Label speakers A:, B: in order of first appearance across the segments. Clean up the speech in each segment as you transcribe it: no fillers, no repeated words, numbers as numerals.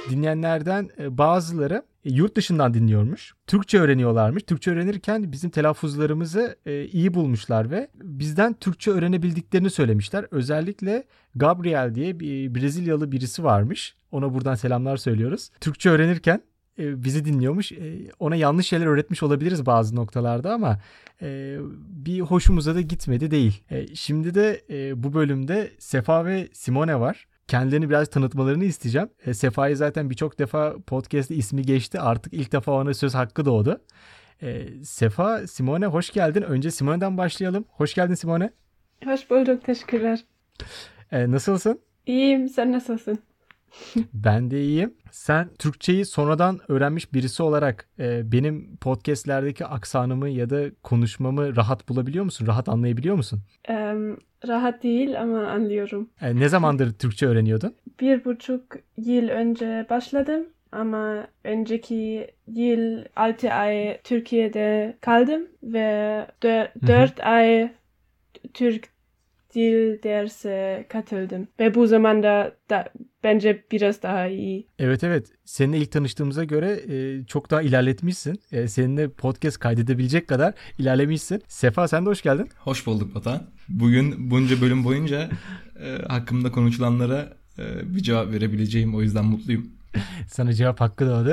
A: dinleyenlerden bazıları yurt dışından dinliyormuş. Türkçe öğreniyorlarmış. Türkçe öğrenirken bizim telaffuzlarımızı iyi bulmuşlar ve bizden Türkçe öğrenebildiklerini söylemişler. Özellikle Gabriel diye bir Brezilyalı birisi varmış. Ona buradan selamlar söylüyoruz. Türkçe öğrenirken bizi dinliyormuş. Ona yanlış şeyler öğretmiş olabiliriz bazı noktalarda ama bir hoşumuza da gitmedi değil. Şimdi de bu bölümde Sefa ve Simone var. Kendilerini biraz tanıtmalarını isteyeceğim. Sefa'yı zaten birçok defa podcast'te ismi geçti. Artık ilk defa ona söz hakkı doğdu. Sefa, Simone hoş geldin. Önce Simone'den başlayalım. Hoş geldin Simone.
B: Hoş bulduk, teşekkürler.
A: Nasılsın?
B: İyiyim, sen nasılsın?
A: Ben de iyiyim. Sen Türkçeyi sonradan öğrenmiş birisi olarak benim podcastlerdeki aksanımı ya da konuşmamı rahat bulabiliyor musun? Rahat anlayabiliyor musun?
B: Rahat değil ama anlıyorum.
A: Ne zamandır Türkçe öğreniyordun?
B: 1,5 yıl önce başladım ama önceki yıl 6 ay Türkiye'de kaldım ve 4 ay Türk dil dersi katıldım. Ve bu zamanda da bence biraz daha iyi.
A: Evet. Seninle ilk tanıştığımıza göre çok daha ilerletmişsin. Seninle podcast kaydedebilecek kadar ilerlemişsin. Sefa sen de hoş geldin.
C: Hoş bulduk Batuhan. Bugün bunca bölüm boyunca hakkımda konuşulanlara bir cevap verebileceğim. O yüzden mutluyum.
A: Sana cevap hakkı doğdu.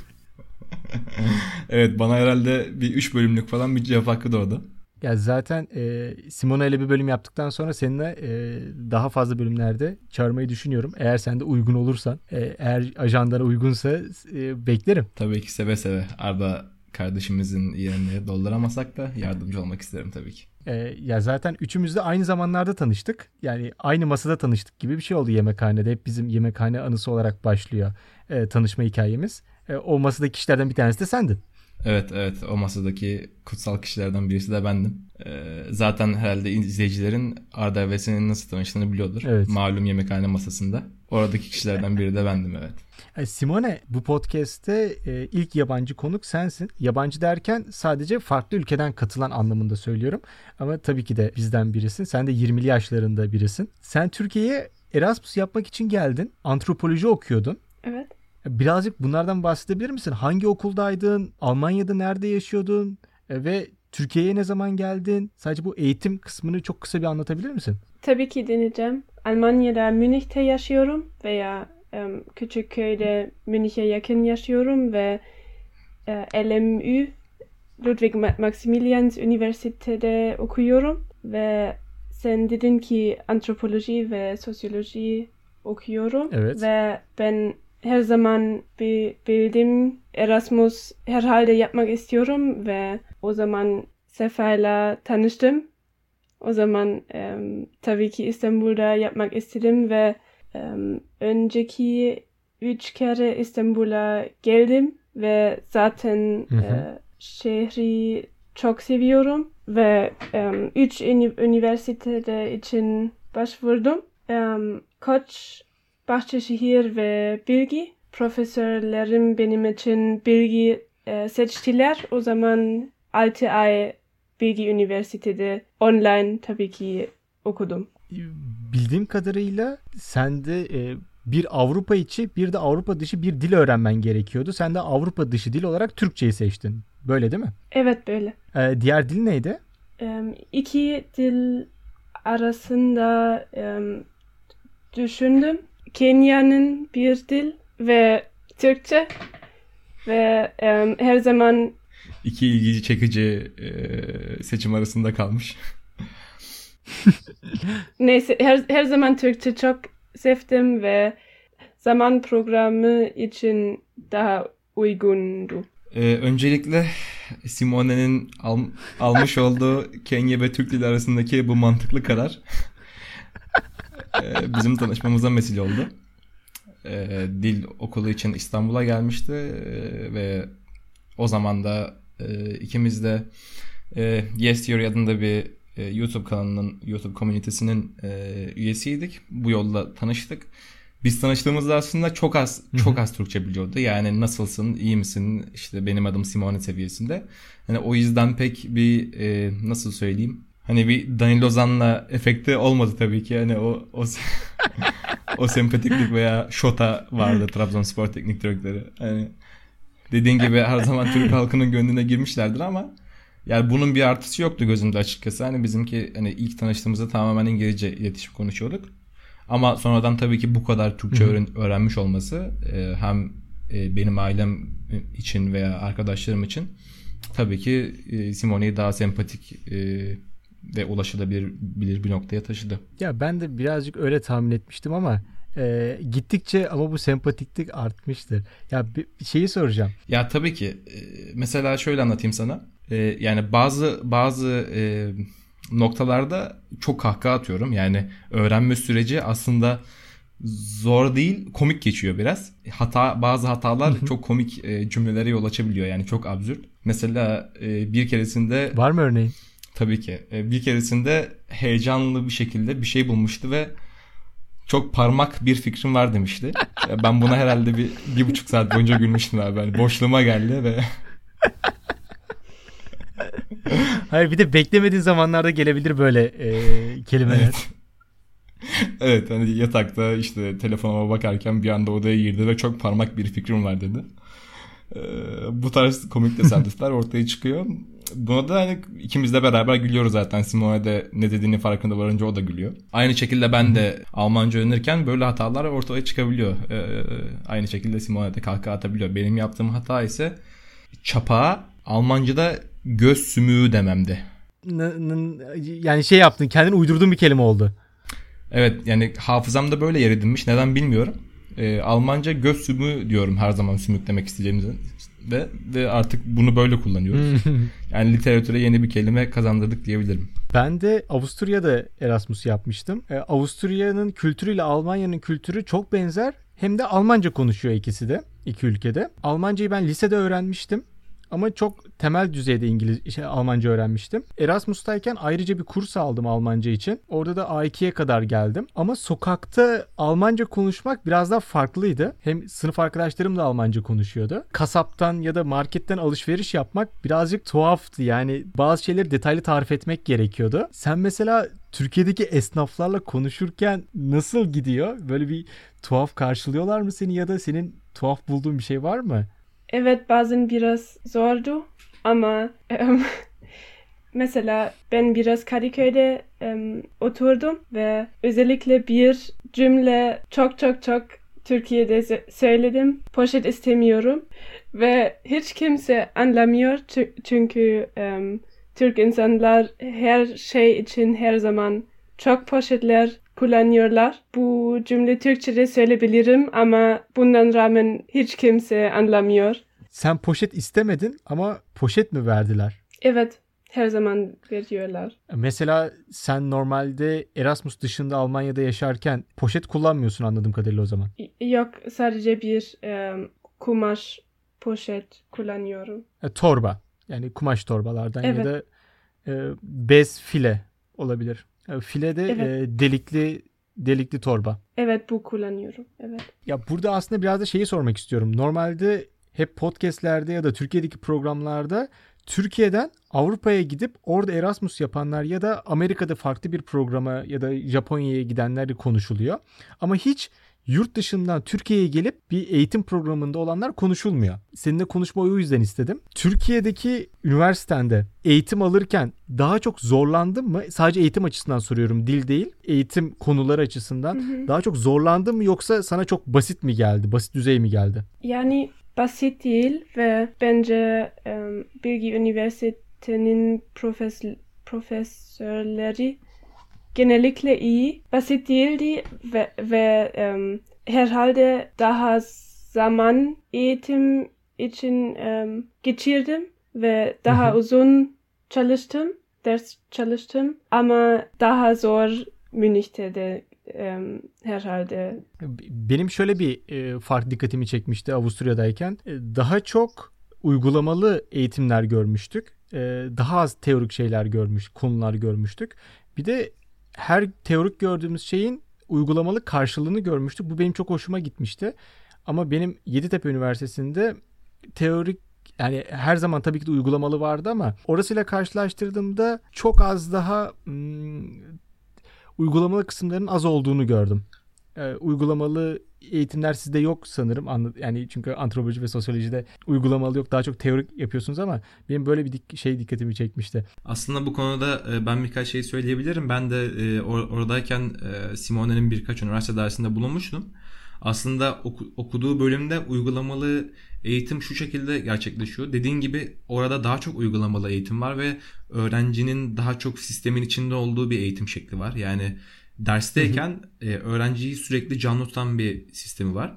C: Evet, bana herhalde bir 3 bölümlük falan bir cevap hakkı doğdu.
A: Ya zaten Simone ile bir bölüm yaptıktan sonra seninle daha fazla bölümlerde çağırmayı düşünüyorum. Eğer sen de uygun olursan, eğer ajandana uygunsa beklerim.
C: Tabii ki seve seve. Arda kardeşimizin yerini dolduramasak da yardımcı olmak isterim tabii ki.
A: Ya zaten üçümüz de aynı zamanlarda tanıştık. Yani aynı masada tanıştık gibi bir şey oldu yemekhanede. Hep bizim yemekhane anısı olarak başlıyor tanışma hikayemiz. O masadaki kişilerden bir tanesi de sendin.
C: Evet, o masadaki kutsal kişilerden birisi de bendim. Zaten herhalde izleyicilerin Arda ve senin nasıl tanıştığını biliyordur.
A: Evet.
C: Malum yemekhane masasında. Oradaki kişilerden biri de bendim, evet.
A: Simone, bu podcast'te ilk yabancı konuk sensin. Yabancı derken sadece farklı ülkeden katılan anlamında söylüyorum. Ama tabii ki de bizden birisin. Sen de 20'li yaşlarında birisin. Sen Türkiye'ye Erasmus yapmak için geldin. Antropoloji okuyordun.
B: Evet.
A: Birazcık bunlardan bahsedebilir misin? Hangi okuldaydın? Almanya'da nerede yaşıyordun? Ve Türkiye'ye ne zaman geldin? Sadece bu eğitim kısmını çok kısa bir anlatabilir misin?
B: Tabii ki deneyeceğim. Almanya'da Münih'te yaşıyorum veya küçük köyde Münih'e yakın yaşıyorum ve LMÜ Ludwig Maximilians Üniversitede okuyorum ve sen dedin ki antropoloji ve sosyoloji okuyorum.
A: Evet.
B: Ve ben her zaman bildim Erasmus herhalde yapmak istiyorum ve o zaman Sefa'yla tanıştım. O zaman tabii ki İstanbul'da yapmak istedim ve önceki 3 kere İstanbul'a geldim ve zaten şehri çok seviyorum ve 3 üniversitede için başvurdum. Koç, Bahçeşehir ve Bilgi. Profesörlerim benim için Bilgi seçtiler. O zaman 6 ay Bilgi Üniversitede online tabii ki okudum.
A: Bildiğim kadarıyla sen de bir Avrupa içi bir de Avrupa dışı bir dil öğrenmen gerekiyordu. Sen de Avrupa dışı dil olarak Türkçeyi seçtin. Böyle değil mi?
B: Evet, böyle.
A: Diğer dil neydi?
B: 2 dil arasında düşündüm. Kenya'nın bir dil ve Türkçe ve her zaman
C: 2 ilgi çekici seçim arasında kalmış.
B: Neyse her zaman Türkçe çok sevdim ve zaman programı için daha uygundu.
C: Öncelikle Simone'nin almış olduğu Kenya ve Türk dili arasındaki bu mantıklı karar bizim tanışmamıza vesile oldu. Dil okulu için İstanbul'a gelmişti ve o zaman da ikimiz de Yes Theory adında bir YouTube kanalının, YouTube komünitesinin üyesiydik. Bu yolla tanıştık. Biz tanıştığımızda aslında çok az Türkçe biliyordu. Yani nasılsın, iyi misin, işte benim adım Simone seviyesinde. Yani o yüzden pek bir nasıl söyleyeyim, hani bir Danilo Zan'la efekti olmadı tabii ki. Yani o sempatiklik veya şota vardı Trabzonspor teknik direktörü. Yani dediğin gibi her zaman Türk halkının gönlüne girmişlerdir ama yani bunun bir artısı yoktu gözümde açıkçası. Hani bizimki hani ilk tanıştığımızda tamamen İngilizce iletişim konuşuyorduk. Ama sonradan tabii ki bu kadar Türkçe öğrenmiş olması hem benim ailem için veya arkadaşlarım için tabii ki Simone'yi daha sempatik ve ulaşılabilir bir noktaya taşıdı.
A: Ya ben de birazcık öyle tahmin etmiştim ama gittikçe ama bu sempatiklik artmıştır. Ya bir şeyi soracağım.
C: Ya tabii ki mesela şöyle anlatayım sana. Yani bazı noktalarda çok kahkaha atıyorum. Yani öğrenme süreci aslında zor değil, komik geçiyor biraz. Bazı hatalar çok komik cümlelere yol açabiliyor. Yani çok absürt. Mesela bir keresinde...
A: Var mı örneğin?
C: Tabii ki. Bir keresinde heyecanlı bir şekilde bir şey bulmuştu ve çok parmak bir fikrim var demişti. Ben buna herhalde bir buçuk saat boyunca gülmüştüm abi. Yani boşluğuma geldi ve...
A: Hayır, bir de beklemediğin zamanlarda gelebilir böyle kelimeler.
C: Evet. Evet, hani yatakta işte telefonuma bakarken bir anda odaya girdi ve çok parmak bir fikrim var dedi. Bu tarz komik tesadüfler ortaya çıkıyor. Buna da hani ikimiz de beraber gülüyoruz zaten. Simone de ne dediğini farkında varınca o da gülüyor. Aynı şekilde ben de Almanca öğrenirken böyle hatalar ortaya çıkabiliyor. Aynı şekilde Simone de kahkaha atabiliyor. Benim yaptığım hata ise çapağa Almanca'da göz sümüğü dememdi.
A: Yani şey yaptın, kendin uydurduğun bir kelime oldu.
C: Evet, yani hafızamda böyle yer edinmiş. Neden bilmiyorum. Almanca göz sümüğü diyorum her zaman sümük demek isteyeceğimizi. Ve artık bunu böyle kullanıyoruz. Yani literatüre yeni bir kelime kazandırdık diyebilirim.
A: Ben de Avusturya'da Erasmus yapmıştım. Avusturya'nın kültürüyle Almanya'nın kültürü çok benzer. Hem de Almanca konuşuyor ikisi de, iki ülkede. Almancayı ben lisede öğrenmiştim. Ama çok temel düzeyde Almanca öğrenmiştim. Erasmus'tayken ayrıca bir kurs aldım Almanca için. Orada da A2'ye kadar geldim. Ama sokakta Almanca konuşmak biraz daha farklıydı. Hem sınıf arkadaşlarım da Almanca konuşuyordu. Kasaptan ya da marketten alışveriş yapmak birazcık tuhaftı. Yani bazı şeyleri detaylı tarif etmek gerekiyordu. Sen mesela Türkiye'deki esnaflarla konuşurken nasıl gidiyor? Böyle bir tuhaf karşılıyorlar mı seni ya da senin tuhaf bulduğun bir şey var mı?
B: Evet, bazen biraz zordu ama mesela ben biraz Kadıköy'de oturdum ve özellikle bir cümle çok Türkiye'de söyledim. Poşet istemiyorum ve hiç kimse anlamıyor çünkü Türk insanlar her şey için her zaman çok poşetler kullanıyorlar. Bu cümle Türkçe'de söyleyebilirim ama bundan rağmen hiç kimse anlamıyor.
A: Sen poşet istemedin ama poşet mi verdiler?
B: Evet, her zaman veriyorlar.
A: Mesela sen normalde Erasmus dışında Almanya'da yaşarken poşet kullanmıyorsun anladığım kadarıyla o zaman.
B: Yok, sadece bir kumaş poşet kullanıyorum.
A: Torba. Yani kumaş torbalardan
B: evet.
A: Ya da bez file olabilir. File de
B: evet.
A: Delikli torba.
B: Evet, bu kullanıyorum. Evet.
A: Ya burada aslında biraz da şeyi sormak istiyorum. Normalde hep podcastlerde ya da Türkiye'deki programlarda Türkiye'den Avrupa'ya gidip orada Erasmus yapanlar ya da Amerika'da farklı bir programa ya da Japonya'ya gidenler de konuşuluyor. Ama hiç yurt dışından Türkiye'ye gelip bir eğitim programında olanlar konuşulmuyor. Seninle konuşmayı o yüzden istedim. Türkiye'deki üniversitende eğitim alırken daha çok zorlandın mı? Sadece eğitim açısından soruyorum, dil değil. Eğitim konuları açısından daha çok zorlandın mı yoksa sana çok basit mi geldi? Basit düzey mi geldi?
B: Yani basit değil ve bence Bilgi Üniversitesi'nin profesörleri genellikle iyi. Basit değildi ve herhalde daha zaman eğitim için geçirdim ve daha uzun ders çalıştım ama daha zor Münih'te de herhalde.
A: Benim şöyle bir fark dikkatimi çekmişti Avusturya'dayken. Daha çok uygulamalı eğitimler görmüştük. Daha az teorik konular görmüştük. Bir de her teorik gördüğümüz şeyin uygulamalı karşılığını görmüştük. Bu benim çok hoşuma gitmişti. Ama benim Yeditepe Üniversitesi'nde teorik, yani her zaman tabii ki de uygulamalı vardı ama orasıyla karşılaştırdığımda çok az daha uygulamalı kısımların az olduğunu gördüm. Uygulamalı eğitimler sizde yok sanırım. Yani çünkü antropoloji ve sosyolojide uygulamalı yok. Daha çok teorik yapıyorsunuz ama benim böyle bir dikkatimi çekmişti.
C: Aslında bu konuda ben birkaç şey söyleyebilirim. Ben de oradayken Simone'nin birkaç üniversite dersinde bulunmuştum. Aslında okuduğu bölümde uygulamalı eğitim şu şekilde gerçekleşiyor. Dediğin gibi orada daha çok uygulamalı eğitim var ve öğrencinin daha çok sistemin içinde olduğu bir eğitim şekli var. Yani dersteyken öğrenciyi sürekli canlı tutan bir sistemi var.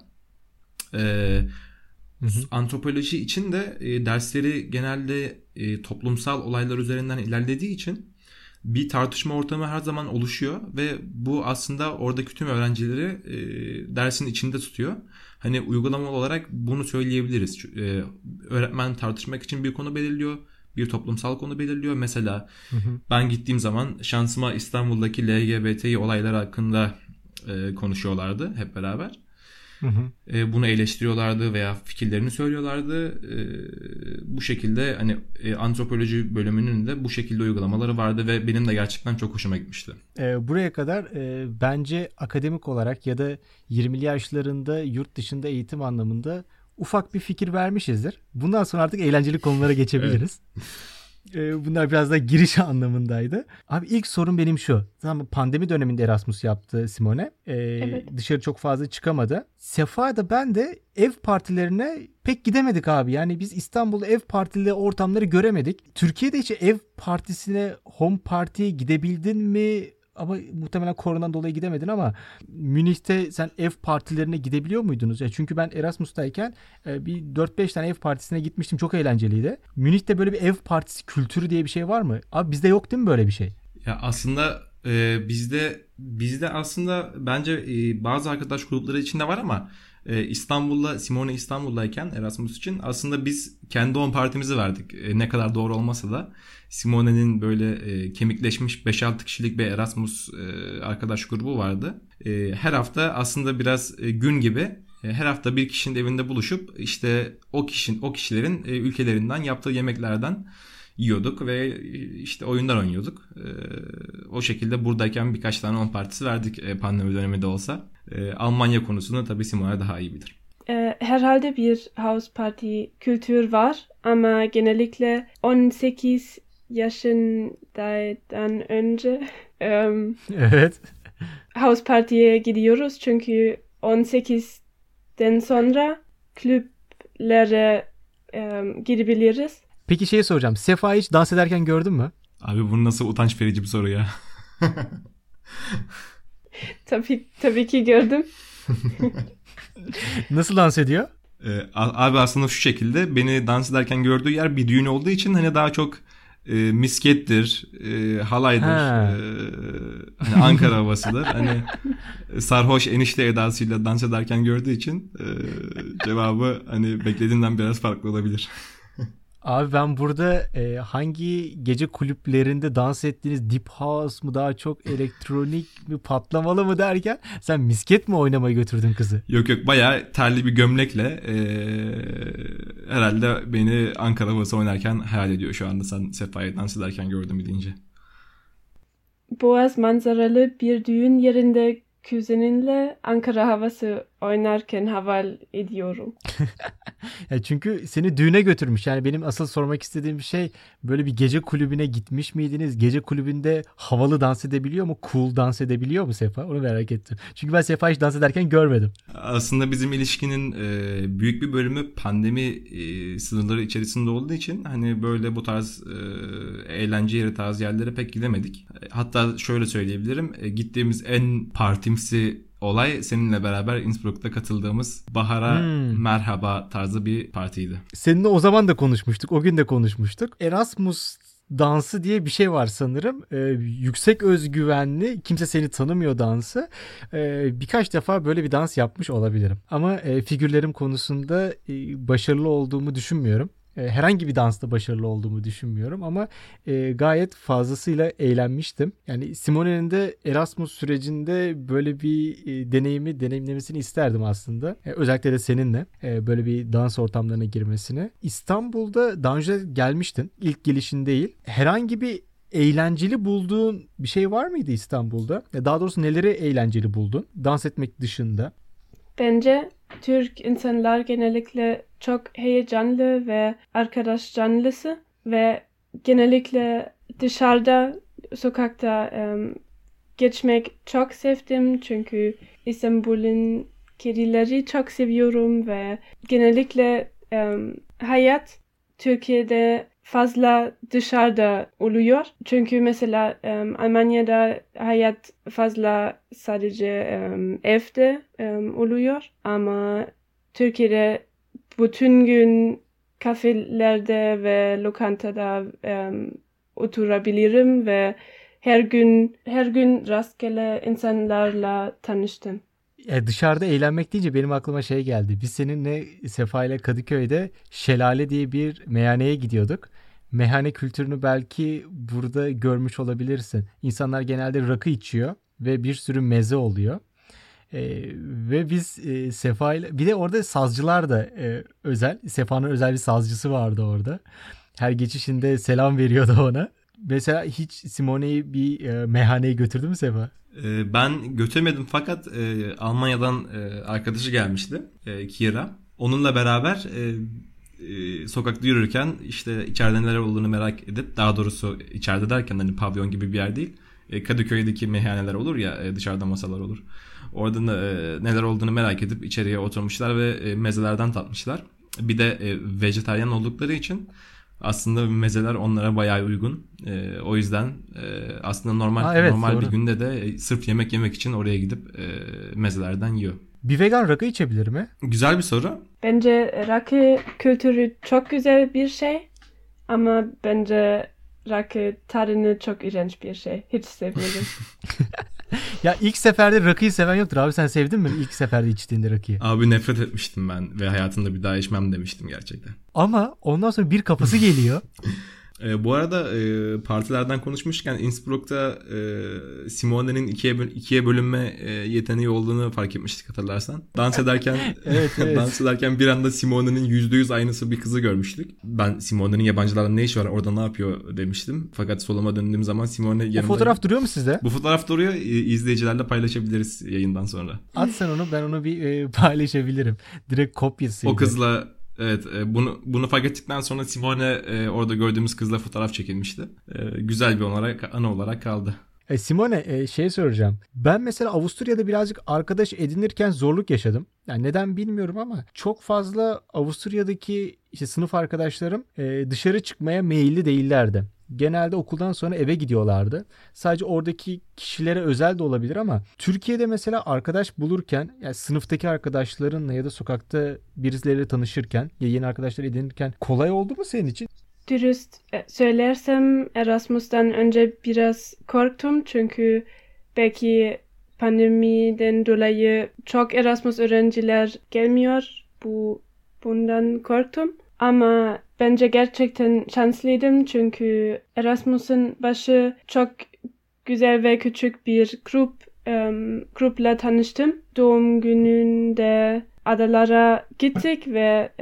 C: Antropoloji için de dersleri genelde toplumsal olaylar üzerinden ilerlediği için bir tartışma ortamı her zaman oluşuyor ve bu aslında oradaki tüm öğrencileri dersin içinde tutuyor. Hani uygulamalı olarak bunu söyleyebiliriz. Öğretmen tartışmak için bir konu belirliyor, bir toplumsal konu belirliyor. Mesela ben gittiğim zaman şansıma İstanbul'daki LGBT olayları hakkında konuşuyorlardı hep beraber. Bunu eleştiriyorlardı veya fikirlerini söylüyorlardı. Bu şekilde hani antropoloji bölümünün de bu şekilde uygulamaları vardı ve benim de gerçekten çok hoşuma gitmişti.
A: Buraya kadar bence akademik olarak ya da 20'li yaşlarında yurt dışında eğitim anlamında ufak bir fikir vermişizdir. Bundan sonra artık eğlenceli konulara geçebiliriz. Bunlar biraz da giriş anlamındaydı. Abi ilk sorun benim şu. Tamam, pandemi döneminde Erasmus yaptı Simone. Evet. Dışarı çok fazla çıkamadı. Sefa da ben de ev partilerine pek gidemedik abi. Yani biz İstanbul'da ev partili ortamları göremedik. Türkiye'de hiç ev partisine, home party'ye gidebildin mi? Ama muhtemelen koronadan dolayı gidemedin ama Münih'te sen ev partilerine gidebiliyor muydunuz? Çünkü ben Erasmus'tayken bir 4-5 tane ev partisine gitmiştim. Çok eğlenceliydi. Münih'te böyle bir ev partisi kültürü diye bir şey var mı? Abi bizde yok değil mi böyle bir şey?
C: Ya aslında bizde aslında bence bazı arkadaş grupları içinde var ama Simone İstanbul'dayken Erasmus için aslında biz kendi home partimizi verdik. Ne kadar doğru olmasa da Simone'nin böyle kemikleşmiş 5-6 kişilik bir Erasmus arkadaş grubu vardı. Her hafta aslında biraz gün gibi her hafta bir kişinin evinde buluşup işte o kişilerin ülkelerinden yaptığı yemeklerden yiyorduk ve işte oyunlar oynuyorduk. O şekilde buradayken birkaç tane home partisi verdik pandemi döneminde olsa. Almanya konusunu tabii Simone daha iyi bilir.
B: Herhalde bir house party kültür var ama genellikle 18 yaşından önce
A: evet.
B: house party'ye gidiyoruz çünkü 18'den sonra kulüplere girebiliriz.
A: Peki şey soracağım. Sefa hiç dans ederken gördün mü?
C: Abi bu nasıl utanç verici bir soru ya.
B: Tabii ki gördüm.
A: Nasıl dans ediyor?
C: Abi aslında şu şekilde beni dans ederken gördüğü yer bir düğün olduğu için hani daha çok miskettir, halaydır, hani Ankara havasıdır. Hani sarhoş enişte edasıyla dans ederken gördüğü için cevabı hani beklediğimden biraz farklı olabilir.
A: Abi ben burada hangi gece kulüplerinde dans ettiğiniz deep house mu daha çok elektronik mi patlamalı mı derken sen misket mi oynamaya götürdün kızı?
C: Yok bayağı terli bir gömlekle herhalde beni Ankara havası oynarken hayal ediyor şu anda sen Sefa'yı dans ederken gördüm deyince.
B: Boğaz manzaralı bir düğün yerinde kuzeninle Ankara havası oynarken hayal ediyorum.
A: Çünkü seni düğüne götürmüş. Yani benim asıl sormak istediğim şey böyle bir gece kulübüne gitmiş miydiniz? Gece kulübünde havalı dans edebiliyor mu? Cool dans edebiliyor mu Sefa? Onu merak ettim. Çünkü ben Sefa'yı hiç dans ederken görmedim.
C: Aslında bizim ilişkinin büyük bir bölümü pandemi sınırları içerisinde olduğu için hani böyle bu tarz eğlence yeri tarzı yerlere pek gidemedik. Hatta şöyle söyleyebilirim. Gittiğimiz en partimsi olay seninle beraber Innsbruck'ta katıldığımız Bahar'a merhaba tarzı bir partiydi.
A: Seninle o zaman da konuşmuştuk. O gün de konuşmuştuk. Erasmus dansı diye bir şey var sanırım. Yüksek özgüvenli, kimse seni tanımıyor dansı. Birkaç defa böyle bir dans yapmış olabilirim. Ama figürlerim konusunda başarılı olduğumu düşünmüyorum. Herhangi bir dansta başarılı olduğumu düşünmüyorum ama gayet fazlasıyla eğlenmiştim. Yani Simone'nin de Erasmus sürecinde böyle bir deneyimlemesini isterdim aslında. Özellikle de seninle böyle bir dans ortamlarına girmesini. İstanbul'da daha önce gelmiştin. İlk gelişin değil. Herhangi bir eğlenceli bulduğun bir şey var mıydı İstanbul'da? Daha doğrusu neleri eğlenceli buldun? Dans etmek dışında.
B: Bence Türk insanlar genellikle çok heyecanlı ve arkadaş canlısı ve genellikle dışarıda, sokakta geçmek çok sevdim çünkü İstanbul'un kedileri çok seviyorum ve genellikle hayat Türkiye'de fazla dışarıda oluyor. Çünkü mesela Almanya'da hayat fazla sadece evde oluyor ama Türkiye'de bütün gün kafelerde ve lokantada oturabilirim ve her gün rastgele insanlarla tanıştım.
A: Dışarıda eğlenmek deyince benim aklıma şey geldi. Biz seninle Sefa ile Kadıköy'de Şelale diye bir meyhaneye gidiyorduk. Meyhane kültürünü belki burada görmüş olabilirsin. İnsanlar genelde rakı içiyor ve bir sürü meze oluyor. Ve biz Sefa ile bir de orada sazcılar da özel. Sefa'nın özel bir sazcısı vardı orada. Her geçişinde selam veriyordu ona. Mesela hiç Simone'yi bir meyhaneye götürdü mü Sefa?
C: Ben götürmedim fakat Almanya'dan arkadaşı gelmişti, Kira. Onunla beraber sokakta yürürken işte içeride neler olduğunu merak edip, daha doğrusu içeride derken hani pavyon gibi bir yer değil, Kadıköy'deki meyhaneler olur ya, dışarıda masalar olur. Orada neler olduğunu merak edip içeriye oturmuşlar ve mezelerden tatmışlar. Bir de vejetaryen oldukları için aslında mezeler onlara bayağı uygun. O yüzden aslında normal
A: doğru.
C: bir günde de sırf yemek yemek için oraya gidip mezelerden yiyor.
A: Bir vegan rakı içebilir mi?
C: Güzel bir soru.
B: Bence rakı kültürü çok güzel bir şey ama bence rakı tadını çok iğrenç bir şey. Hiç sevmedim.
A: Ya ilk seferde rakıyı seven yoktur abi, sen sevdin mi ilk seferde içtiğinde rakıyı?
C: Abi nefret etmiştim ben ve hayatımda bir daha içmem demiştim gerçekten.
A: Ama ondan sonra bir kafası geliyor.
C: Bu arada partilerden konuşmuşken Innsbruck'ta Simone'nin ikiye bölünme yeteneği olduğunu fark etmiştik, hatırlarsan. Dans ederken
A: evet.
C: dans ederken bir anda Simone'nin %100 aynısı bir kızı görmüştük. Ben Simone'nin yabancılarla ne işi var orada, ne yapıyor demiştim. Fakat soluma döndüğüm zaman Simone yanımda.
A: Bu fotoğraf duruyor mu sizde?
C: Bu fotoğraf duruyor. İzleyicilerle paylaşabiliriz yayından sonra.
A: At sen onu, ben onu bir paylaşabilirim. Direkt kopyasıydı.
C: O kızla, evet, bunu fark ettikten sonra Simone orada gördüğümüz kızla fotoğraf çekilmişti. Güzel bir anı olarak kaldı.
A: Simone, şey soracağım. Ben mesela Avusturya'da birazcık arkadaş edinirken zorluk yaşadım. Yani neden bilmiyorum ama çok fazla Avusturya'daki işte sınıf arkadaşlarım dışarı çıkmaya meyilli değillerdi. Genelde okuldan sonra eve gidiyorlardı. Sadece oradaki kişilere özel de olabilir ama Türkiye'de mesela arkadaş bulurken, yani sınıftaki arkadaşlarınla ya da sokakta birileriyle tanışırken ya yeni arkadaşlar edinirken kolay oldu mu senin için?
B: Dürüst söylersem Erasmus'tan önce biraz korktum çünkü belki pandemiden dolayı çok Erasmus öğrenciler gelmiyor. Bundan korktum. Ama bence gerçekten şanslıydım çünkü Erasmus'un başı çok güzel ve küçük bir grupla tanıştım. Doğum gününde adalara gittik ve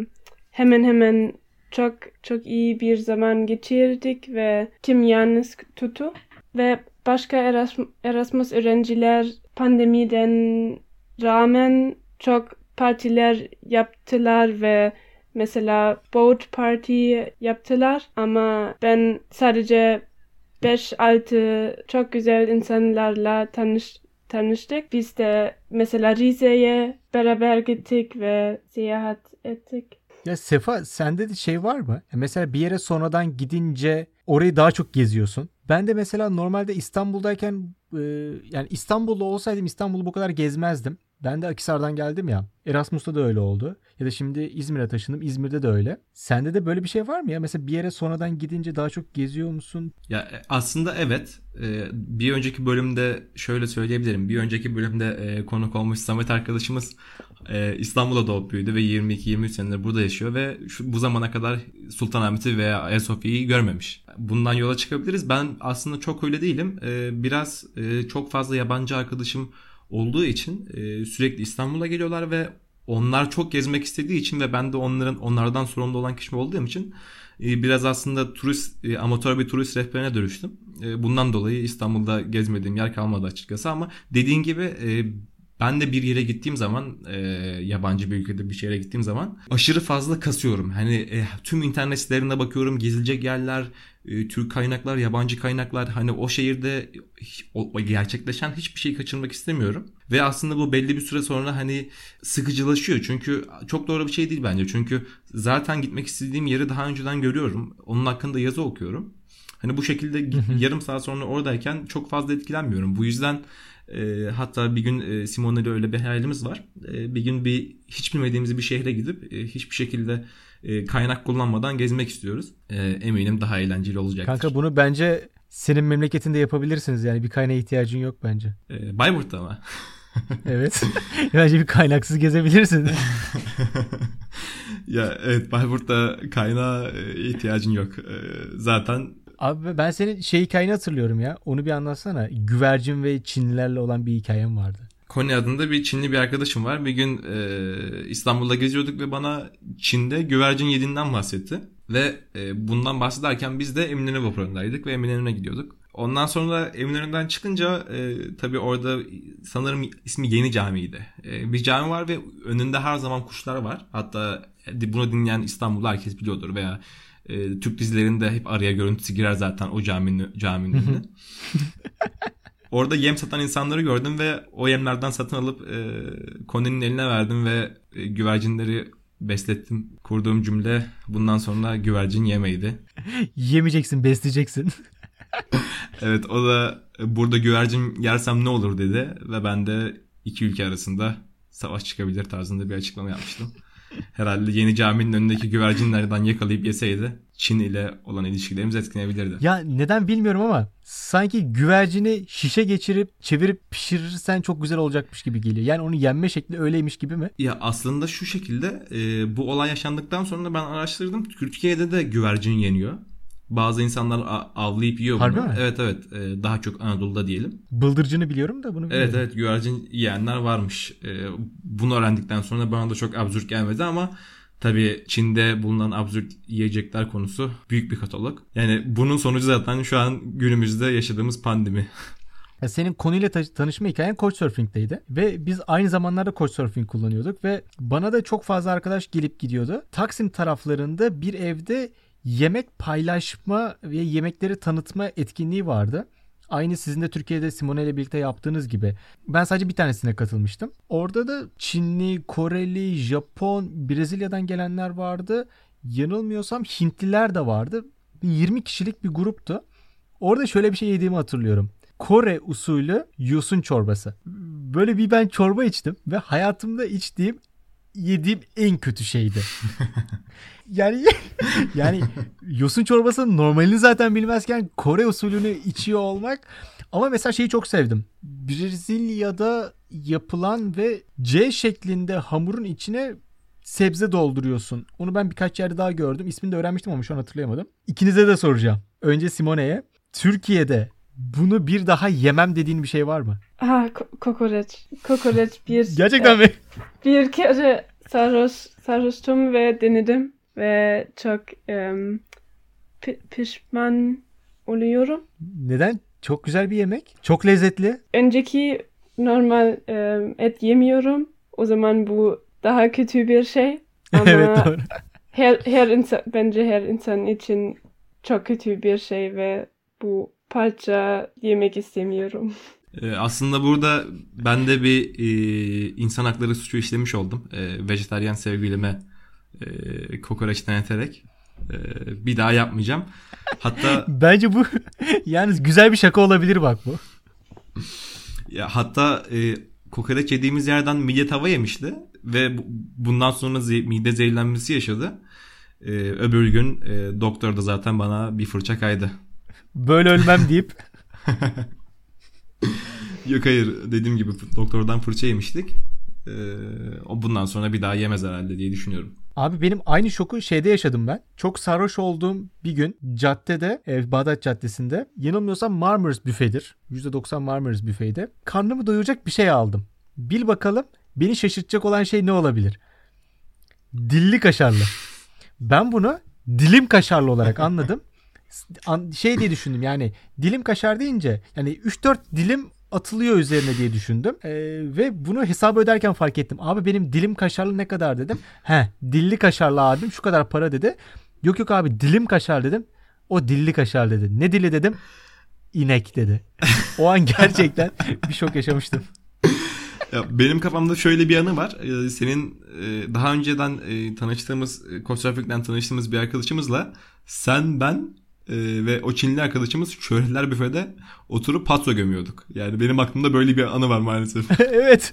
B: hemen çok iyi bir zaman geçirdik ve kim yalnız tuttu. Ve başka Erasmus öğrenciler pandemiden rağmen çok partiler yaptılar ve mesela boat party yaptılar ama ben sadece 5-6 çok güzel insanlarla tanıştık. Biz de mesela Rize'ye beraber gittik ve seyahat ettik.
A: Ya Sefa, sende de şey var mı? Mesela bir yere sonradan gidince orayı daha çok geziyorsun. Ben de mesela normalde İstanbul'dayken yani İstanbul'da olsaydım İstanbul'u bu kadar gezmezdim. Ben de Akhisar'dan geldim ya. Erasmus'ta da öyle oldu. Ya da şimdi İzmir'e taşındım. İzmir'de de öyle. Sende de böyle bir şey var mı ya? Mesela bir yere sonradan gidince daha çok geziyor musun?
C: Ya aslında evet. Bir önceki bölümde şöyle söyleyebilirim. Bir önceki bölümde konuk olmuş Samet arkadaşımız İstanbul'da doğup büyüdü ve 22-23 senedir burada yaşıyor ve bu zamana kadar Sultanahmet'i veya Ayasofya'yı görmemiş. Bundan yola çıkabiliriz. Ben aslında çok öyle değilim. Biraz çok fazla yabancı arkadaşım olduğu için sürekli İstanbul'a geliyorlar ve onlar çok gezmek istediği için ve ben de onlardan sorumlu olan kişi olduğum için biraz aslında amatör bir turist rehberine dönüştüm. Bundan dolayı İstanbul'da gezmediğim yer kalmadı açıkçası, ama dediğin gibi ben de bir yere gittiğim zaman, yabancı bir ülkede bir şehre gittiğim zaman aşırı fazla kasıyorum. Hani tüm internet sitelerine bakıyorum, gezilecek yerler, Türk kaynaklar, yabancı kaynaklar. Hani o şehirde gerçekleşen hiçbir şeyi kaçırmak istemiyorum. Ve aslında bu belli bir süre sonra hani sıkıcılaşıyor. Çünkü çok doğru bir şey değil bence. Çünkü zaten gitmek istediğim yeri daha önceden görüyorum. Onun hakkında yazı okuyorum. Hani bu şekilde yarım saat sonra oradayken çok fazla etkilenmiyorum. Bu yüzden hatta bir gün Simone ile öyle bir hayalimiz var. Bir gün hiç bilmediğimiz bir şehre gidip hiçbir şekilde kaynak kullanmadan gezmek istiyoruz. Eminim daha eğlenceli olacaktır.
A: Kanka bunu bence senin memleketinde yapabilirsiniz. Yani bir kaynağa ihtiyacın yok bence.
C: Bayburt'ta mı?
A: Evet. Bence bir kaynaksız gezebilirsin.
C: Ya evet, Bayburt'ta kaynağa ihtiyacın yok. Zaten
A: Abi ben senin hikayeni hatırlıyorum ya. Onu bir anlatsana. Güvercin ve Çinlilerle olan bir hikayem vardı.
C: Kony adında bir Çinli bir arkadaşım var. Bir gün İstanbul'da geziyorduk ve bana Çin'de güvercin yediğinden bahsetti. Ve bundan bahsederken biz de Eminönü vapurundaydık ve Eminönü'ne gidiyorduk. Ondan sonra Eminönü'nden çıkınca tabii orada sanırım ismi Yeni Cami'ydi. Bir cami var ve önünde her zaman kuşlar var. Hatta bunu dinleyen İstanbul'da herkes biliyordur veya Türk dizilerinde hep araya görüntüsü girer zaten o caminin önüne. Orada yem satan insanları gördüm ve o yemlerden satın alıp Kony'nin eline verdim ve güvercinleri beslettim. Kurduğum cümle bundan sonra güvercin yemeydi.
A: Yemeyeceksin, besleyeceksin.
C: Evet, o da burada güvercin yersem ne olur dedi ve ben de iki ülke arasında savaş çıkabilir tarzında bir açıklama yapmıştım. Herhalde Yeni Cami'nin önündeki güvercinlerden yakalayıp yeseydi Çin ile olan ilişkilerimiz etkilenebilirdi.
A: Ya neden bilmiyorum ama sanki güvercini şişe geçirip çevirip pişirirsen çok güzel olacakmış gibi geliyor. Yani onu yenme şekli öyleymiş gibi mi?
C: Ya aslında şu şekilde bu olay yaşandıktan sonra ben araştırdım. Türkiye'de de güvercin yeniyor. Bazı insanlar avlayıp yiyor bunu.
A: Harbi mi?
C: Evet. Daha çok Anadolu'da diyelim.
A: Bıldırcını biliyorum da bunu bilmiyorum.
C: Evet güvercin yiyenler varmış. Bunu öğrendikten sonra bana da çok absürt gelmedi ama tabii Çin'de bulunan absürt yiyecekler konusu büyük bir katalog. Yani bunun sonucu zaten şu an günümüzde yaşadığımız pandemi.
A: Ya senin konuyla tanışma hikayen Couchsurfing'teydi ve biz aynı zamanlarda Couchsurfing kullanıyorduk ve bana da çok fazla arkadaş gelip gidiyordu. Taksim taraflarında bir evde yemek paylaşma ve yemekleri tanıtma etkinliği vardı. Aynı sizin de Türkiye'de Simone ile birlikte yaptığınız gibi. Ben sadece bir tanesine katılmıştım. Orada da Çinli, Koreli, Japon, Brezilya'dan gelenler vardı. Yanılmıyorsam Hintliler de vardı. 20 kişilik bir gruptu. Orada şöyle bir şey yediğimi hatırlıyorum. Kore usulü yosun çorbası. Böyle bir ben çorba içtim ve hayatımda yediğim en kötü şeydi. Yani yosun çorbasının normalini zaten bilmezken Kore usulünü içiyor olmak. Ama mesela şeyi çok sevdim. Brezilya'da yapılan ve C şeklinde hamurun içine sebze dolduruyorsun. Onu ben birkaç yerde daha gördüm. İsmini de öğrenmiştim ama şu an hatırlayamadım. İkinize de soracağım. Önce Simone'ye. Türkiye'de bunu bir daha yemem dediğin bir şey var mı?
B: Kokoreç. Kokoreç bir...
A: Gerçekten mi?
B: Bir kere sarhoştum ve denedim. Ve çok pişman oluyorum.
A: Neden? Çok güzel bir yemek. Çok lezzetli.
B: Önceki normal et yemiyorum. O zaman bu daha kötü bir şey. Ama
A: evet doğru.
B: Bence her insan için çok kötü bir şey ve bu parça yemek istemiyorum.
C: Aslında burada ben de bir insan hakları suçu işlemiş oldum. Vejetaryen sevgilime kokoreç deneterek. Bir daha yapmayacağım. Hatta
A: bence bu yani güzel bir şaka olabilir bak bu.
C: Ya hatta kokoreç yediğimiz yerden midye tava yemişti ve bundan sonra mide zehirlenmesi yaşadı. Öbür gün doktor da zaten bana bir fırça kaydı.
A: Böyle ölmem deyip.
C: Yok hayır, dediğim gibi doktordan fırça yemiştik. Bundan sonra bir daha yemez herhalde diye düşünüyorum.
A: Abi benim aynı şoku şeyde yaşadım ben. Çok sarhoş olduğum bir gün caddede, Bağdat Caddesi'nde, yanılmıyorsam Marmaris büfedir. %90 Marmaris büfeydi. Karnımı doyuracak bir şey aldım. Bil bakalım beni şaşırtacak olan şey ne olabilir? Dilli kaşarlı. Ben bunu dilim kaşarlı olarak anladım. Şey diye düşündüm, yani dilim kaşar deyince yani 3-4 dilim atılıyor üzerine diye düşündüm. Ve bunu hesabı öderken fark ettim. Abi benim dilim kaşarlı ne kadar dedim. Dilli kaşarlı abim şu kadar para dedi. Yok abi dilim kaşar dedim. O dilli kaşar dedi. Ne dili dedim? İnek dedi. O an gerçekten bir şok yaşamıştım.
D: Ya benim kafamda şöyle bir anı var. Senin daha önceden tanıştığımız, Couchsurfing'den tanıştığımız bir arkadaşımızla sen, ben ve o Çinli arkadaşımız Şöhretler Büfe'de oturup patso gömüyorduk. Yani benim aklımda böyle bir anı var maalesef.
A: Evet.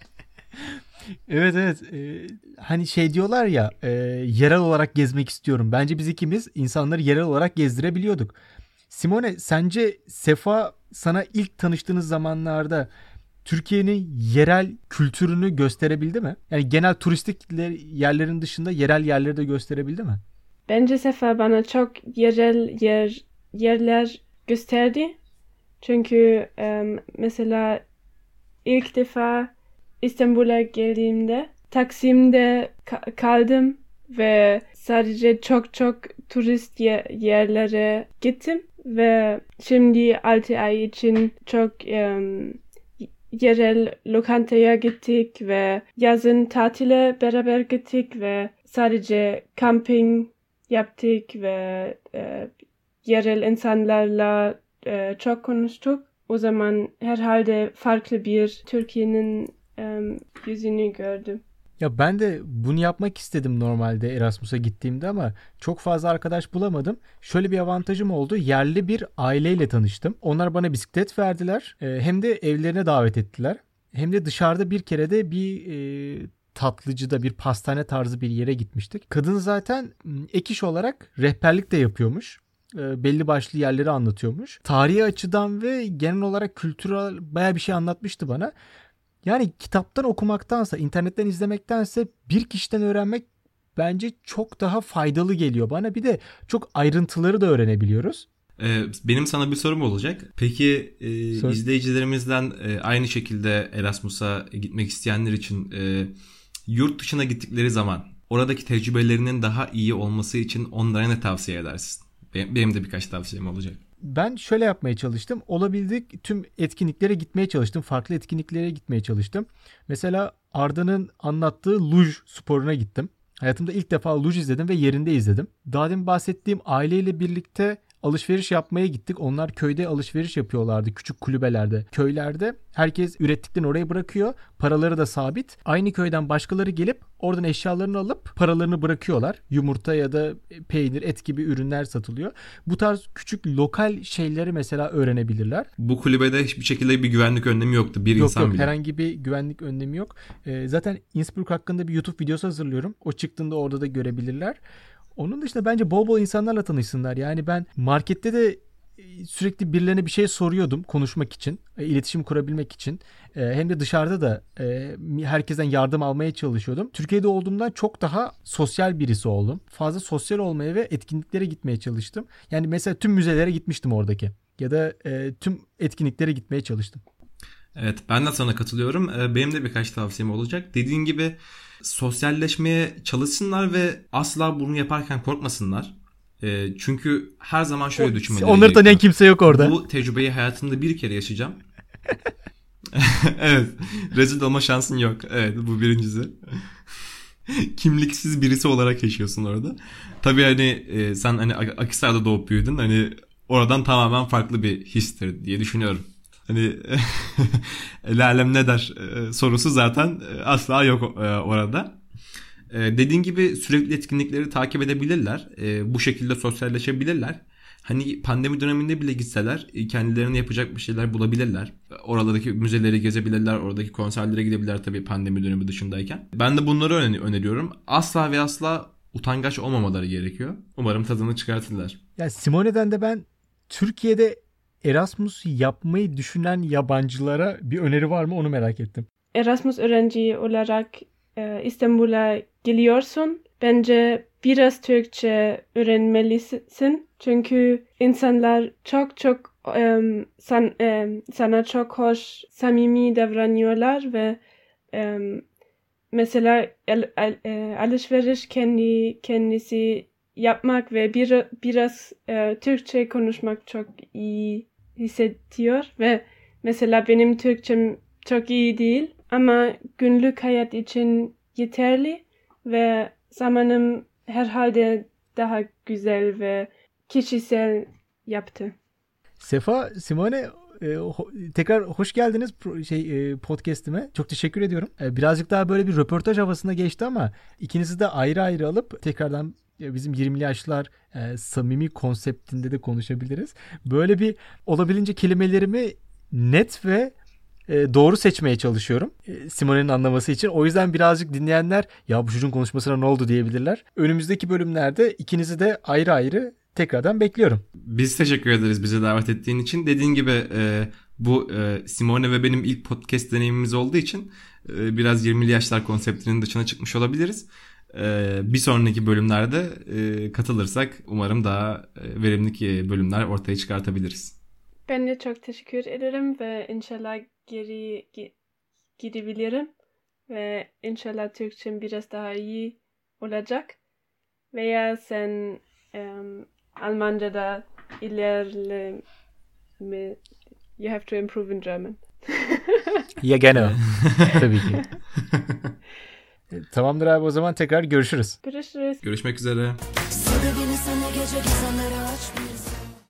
A: Evet. Hani şey diyorlar ya, yerel olarak gezmek istiyorum. Bence biz ikimiz insanları yerel olarak gezdirebiliyorduk. Simone, sence Sefa sana ilk tanıştığınız zamanlarda Türkiye'nin yerel kültürünü gösterebildi mi? Yani genel turistik yerlerin dışında yerel yerleri de gösterebildi mi?
B: Bence Sefa bana çok yerel yerler gösterdi. Çünkü mesela ilk defa İstanbul'a geldiğimde Taksim'de kaldım ve sadece çok turist yerlere gittim ve şimdi 6 ay için çok yerel lokantaya gittik ve yazın tatile beraber gittik ve sadece camping yaptık ve yerel insanlarla çok konuştuk. O zaman herhalde farklı bir Türkiye'nin yüzünü gördüm.
A: Ya ben de bunu yapmak istedim normalde Erasmus'a gittiğimde ama çok fazla arkadaş bulamadım. Şöyle bir avantajım oldu. Yerli bir aileyle tanıştım. Onlar bana bisiklet verdiler. Hem de evlerine davet ettiler. Hem de dışarıda bir kere de bir tatlıcıda, bir pastane tarzı bir yere gitmiştik. Kadın zaten ek iş olarak rehberlik de yapıyormuş. Belli başlı yerleri anlatıyormuş. Tarihi açıdan ve genel olarak kültürel bayağı bir şey anlatmıştı bana. Yani kitaptan okumaktansa, internetten izlemektense bir kişiden öğrenmek bence çok daha faydalı geliyor bana. Bir de çok ayrıntıları da öğrenebiliyoruz.
D: Benim sana bir sorum olacak. Peki izleyicilerimizden aynı şekilde Erasmus'a gitmek isteyenler için yurt dışına gittikleri zaman oradaki tecrübelerinin daha iyi olması için onlara ne tavsiye edersin? Benim de birkaç tavsiyem olacak.
A: Ben şöyle yapmaya çalıştım. Olabildik tüm etkinliklere gitmeye çalıştım. Farklı etkinliklere gitmeye çalıştım. Mesela Arda'nın anlattığı luj sporuna gittim. Hayatımda ilk defa luj izledim ve yerinde izledim. Daha demin bahsettiğim aileyle birlikte alışveriş yapmaya gittik. Onlar köyde alışveriş yapıyorlardı. Küçük kulübelerde, köylerde. Herkes ürettiklerini oraya bırakıyor. Paraları da sabit. Aynı köyden başkaları gelip oradan eşyalarını alıp paralarını bırakıyorlar. Yumurta ya da peynir, et gibi ürünler satılıyor. Bu tarz küçük lokal şeyleri mesela öğrenebilirler.
D: Bu kulübede hiçbir şekilde bir güvenlik önlemi yoktu. İnsan bile.
A: Herhangi bir güvenlik önlemi yok. Zaten Innsbruck hakkında bir YouTube videosu hazırlıyorum. O çıktığında orada da görebilirler. Onun dışında bence bol bol insanlarla tanışsınlar. Yani ben markette de sürekli birilerine bir şey soruyordum konuşmak için, iletişim kurabilmek için. Hem de dışarıda da herkesten yardım almaya çalışıyordum. Türkiye'de olduğumdan çok daha sosyal birisi oldum. Fazla sosyal olmaya ve etkinliklere gitmeye çalıştım. Yani mesela tüm müzelere gitmiştim oradaki. Ya da tüm etkinliklere gitmeye çalıştım.
D: Evet, ben de sana katılıyorum. Benim de birkaç tavsiyem olacak. Dediğin gibi sosyalleşmeye çalışsınlar ve asla bunu yaparken korkmasınlar. Çünkü her zaman şöyle düşünmeleri gerekiyor.
A: Onları tanıyan kimse yok orada.
D: Bu tecrübeyi hayatımda bir kere yaşayacağım. Evet. Rezil olma şansın yok. Evet, bu birincisi. Kimliksiz birisi olarak yaşıyorsun orada. Tabii hani sen hani Akhisar'da doğup büyüdün. Hani oradan tamamen farklı bir histir diye düşünüyorum. Hani el alem ne der sorusu zaten asla yok orada. Dediğin gibi sürekli etkinlikleri takip edebilirler. Bu şekilde sosyalleşebilirler. Hani pandemi döneminde bile gitseler kendilerine yapacak bir şeyler bulabilirler. Oralardaki müzeleri gezebilirler. Oradaki konserlere gidebilirler tabii pandemi dönemi dışındayken. Ben de bunları öneriyorum. Asla ve asla utangaç olmamaları gerekiyor. Umarım tadını çıkartırlar.
A: Ya Simone'den de ben Türkiye'de Erasmus yapmayı düşünen yabancılara bir öneri var mı onu merak ettim.
B: Erasmus öğrenci olarak İstanbul'a geliyorsun. Bence biraz Türkçe öğrenmelisin. Çünkü insanlar çok sana çok hoş, samimi davranıyorlar ve mesela alışveriş kendisi yapmak ve biraz Türkçe konuşmak çok iyi hissediyor ve mesela benim Türkçem çok iyi değil ama günlük hayat için yeterli ve zamanım herhalde daha güzel ve kişisel yaptı.
A: Sefa, Simone, tekrar hoş geldiniz podcast'ime. Çok teşekkür ediyorum. Birazcık daha böyle bir röportaj havasına geçti ama ikinizi de ayrı ayrı alıp tekrardan bizim 20'li yaşlar samimi konseptinde de konuşabiliriz. Böyle bir olabildiğince kelimelerimi net ve doğru seçmeye çalışıyorum Simone'nin anlaması için. O yüzden birazcık dinleyenler ya bu çocuğun konuşmasına ne oldu diyebilirler. Önümüzdeki bölümlerde ikinizi de ayrı ayrı tekrardan bekliyorum.
D: Biz teşekkür ederiz bize davet ettiğin için. Dediğin gibi bu Simone ve benim ilk podcast deneyimimiz olduğu için biraz 20'li yaşlar konseptinin dışına çıkmış olabiliriz. Bir sonraki bölümlerde katılırsak umarım daha verimli bölümler ortaya çıkartabiliriz.
B: Ben de çok teşekkür ederim ve inşallah geri gidebilirim ve inşallah Türkçem biraz daha iyi olacak veya sen Almanca'da ilerleme, you have to improve in German.
A: Ya gene tabii ki. Tamamdır abi, o zaman tekrar görüşürüz.
B: Görüşürüz.
D: Görüşmek üzere.